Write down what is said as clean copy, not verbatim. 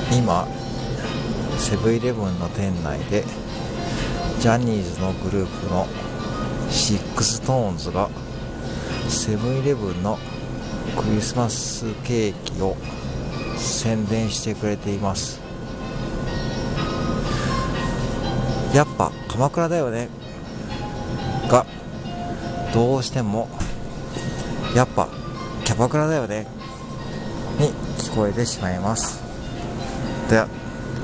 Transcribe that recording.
今セブンイレブンの店内でジャニーズのグループのシックストーンズがセブンイレブンのクリスマスケーキを宣伝してくれています。やっぱ鎌倉だよねがどうしてもやっぱキャバクラだよねに聞こえてしまいます。では